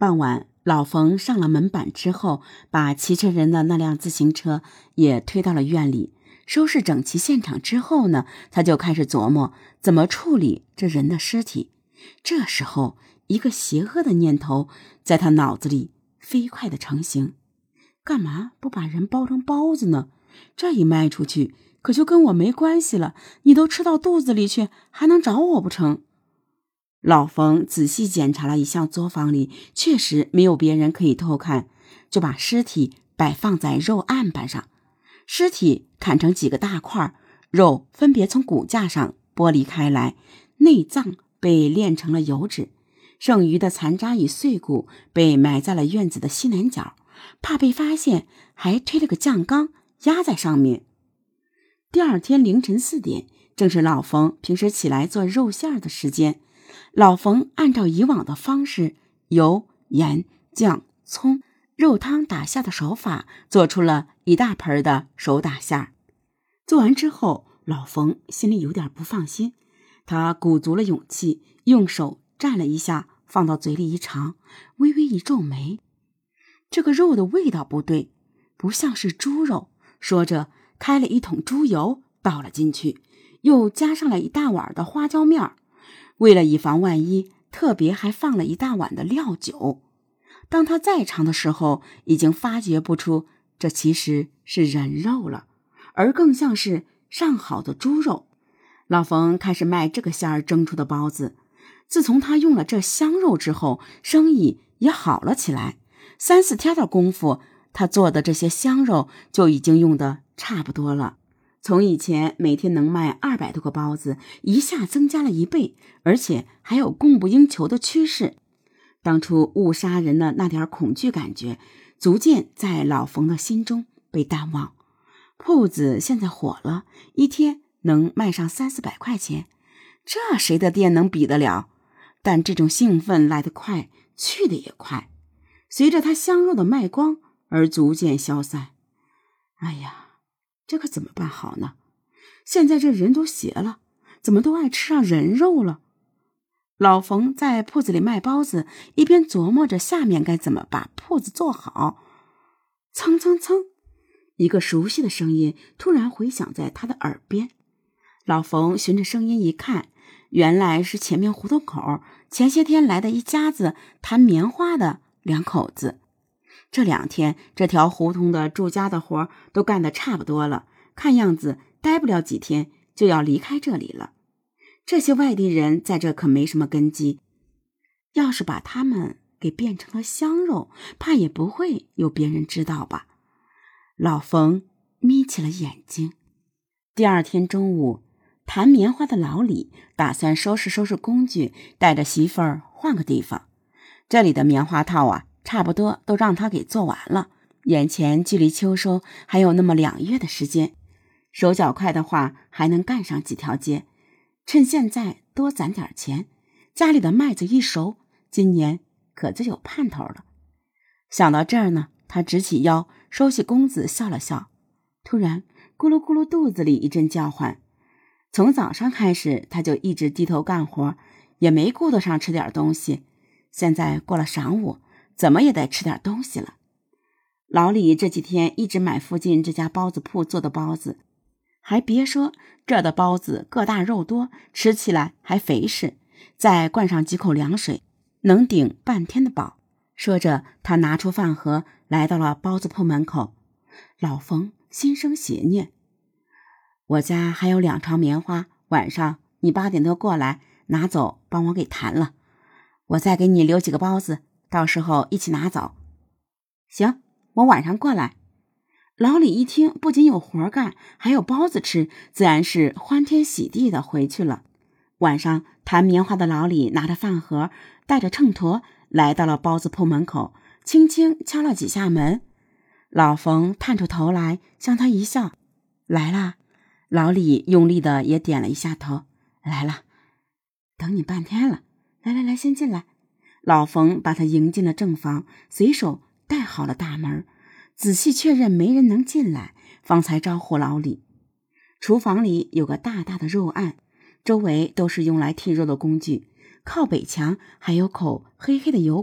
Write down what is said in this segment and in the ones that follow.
傍晚，老冯上了门板之后，把骑车人的那辆自行车也推到了院里。收拾整齐现场之后呢，他就开始琢磨怎么处理这人的尸体。这时候，一个邪恶的念头在他脑子里飞快地成型：干嘛不把人包成包子呢？这一卖出去，可就跟我没关系了，你都吃到肚子里去，还能找我不成？老冯仔细检查了一下作坊里，确实没有别人可以偷看，就把尸体摆放在肉案板上。尸体砍成几个大块，肉分别从骨架上剥离开来，内脏被炼成了油脂，剩余的残渣与碎骨被埋在了院子的西南角，怕被发现，还推了个酱缸压在上面。第二天凌晨4点，正是老冯平时起来做肉馅的时间。老冯按照以往的方式，油、盐、酱、葱、肉汤打下的手法，做出了一大盆的手打馅。做完之后，老冯心里有点不放心，他鼓足了勇气，用手蘸了一下，放到嘴里一尝，微微一皱眉，这个肉的味道不对，不像是猪肉。说着，开了一桶猪油倒了进去，又加上了一大碗的花椒面。为了以防万一，特别还放了一大碗的料酒。当他再尝的时候，已经发觉不出这其实是人肉了，而更像是上好的猪肉。老冯开始卖这个馅儿蒸出的包子。自从他用了这香肉之后，生意也好了起来。3、4天的功夫，他做的这些香肉就已经用得差不多了。从以前每天能卖200多个包子，一下增加了1倍，而且还有供不应求的趋势。当初误杀人的那点恐惧感觉，逐渐在老冯的心中被淡忘。铺子现在火了，一天能卖上3、400块钱，这谁的店能比得了？但这种兴奋来得快，去得也快，随着他香肉的卖光而逐渐消散。哎呀，这可怎么办好呢？现在这人都邪了，怎么都爱吃上人肉了？老冯在铺子里卖包子，一边琢磨着下面该怎么把铺子做好。蹭蹭蹭，一个熟悉的声音突然回响在他的耳边。老冯循着声音一看，原来是前面胡同口前些天来的一家子弹棉花的2口子。这2天，这条胡同的住家的活都干得差不多了，看样子待不了几天就要离开这里了。这些外地人在这可没什么根基，要是把他们给变成了香肉，怕也不会有别人知道吧。老冯眯起了眼睛。第2天中午，弹棉花的老李打算收拾收拾工具，带着媳妇儿换个地方。这里的棉花套啊，差不多都让他给做完了，眼前距离秋收还有那么2月的时间，手脚快的话还能干上几条街，趁现在多攒点钱，家里的麦子一熟，今年可就有盼头了。想到这儿呢，他直起腰，收起弓子笑了笑，突然咕噜咕噜肚子里一阵叫唤。从早上开始，他就一直低头干活，也没顾得上吃点东西。现在过了晌午，怎么也得吃点东西了。老李这几天一直买附近这家包子铺做的包子，还别说，这的包子个大肉多，吃起来还肥实，再灌上几口凉水，能顶半天的饱。说着，他拿出饭盒，来到了包子铺门口。老冯心生邪念，我家还有2床棉花，晚上你8点多过来拿走，帮我给弹了，我再给你留几个包子，到时候一起拿走。行，我晚上过来。老李一听，不仅有活干，还有包子吃，自然是欢天喜地的回去了。晚上弹棉花的老李拿着饭盒，带着秤砣来到了包子铺门口，轻轻敲了几下门。老冯探出头来，向他一笑，来啦。老李用力的也点了一下头，来了，等你半天了，来，先进来。老冯把他迎进了正房，随手带好了大门，仔细确认没人能进来，方才招呼老李。厨房里有个大大的肉案，周围都是用来剔肉的工具，靠北墙还有口黑黑的油锅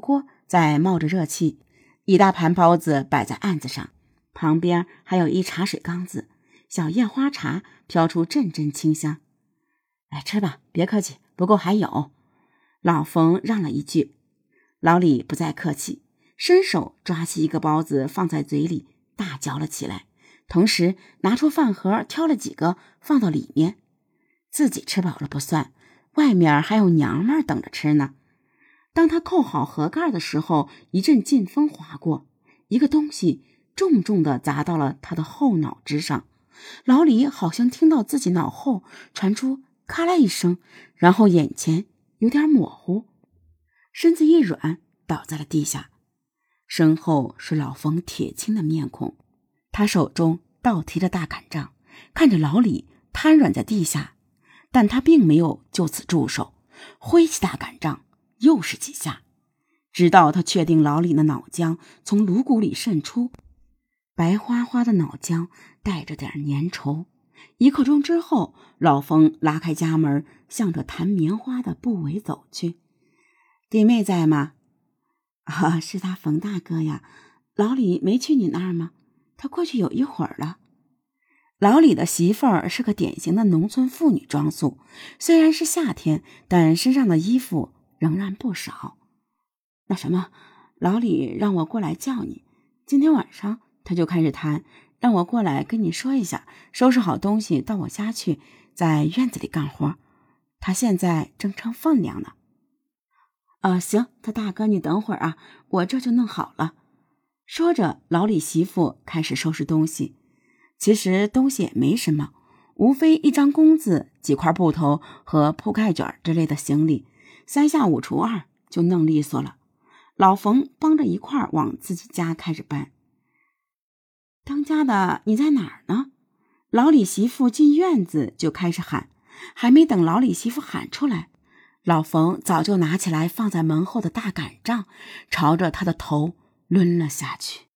在冒着热气，一大盘包子摆在案子上，旁边还有一茶水缸子，小燕花茶飘出阵阵清香。来吃吧，别客气，不过还有。老冯让了一句。老李不再客气，伸手抓起一个包子放在嘴里，大嚼了起来，同时拿出饭盒挑了几个放到里面。自己吃饱了不算，外面还有娘们儿等着吃呢。当他扣好盒盖的时候，一阵劲风划过，一个东西重重地砸到了他的后脑之上。老李好像听到自己脑后传出咔啦一声，然后眼前有点模糊，身子一软倒在了地下。身后是老冯铁青的面孔，他手中倒提着大擀杖，看着老李瘫软在地下，但他并没有就此住手，挥起大擀杖又是几下，直到他确定老李的脑浆从颅骨里渗出，白花花的脑浆带着点粘稠。1刻钟之后，老冯拉开家门，向着弹棉花的部委走去。弟妹在吗？是他冯大哥呀。老李没去你那儿吗？他过去有一会儿了。老李的媳妇儿是个典型的农村妇女装束，虽然是夏天，但身上的衣服仍然不少。那什么，老李让我过来叫你，今天晚上他就开始谈，让我过来跟你说一下，收拾好东西到我家去，在院子里干活。他现在正称分量呢。行，他大哥你等会儿啊，我这就弄好了。说着，老李媳妇开始收拾东西。其实东西也没什么，无非一张弓子、几块布头和铺盖卷之类的行李，3下5除2就弄利索了。老冯帮着一块往自己家开始搬。当家的你在哪儿呢？老李媳妇进院子就开始喊，还没等老李媳妇喊出来，老冯早就拿起来放在门后的大擀杖，朝着他的头抡了下去。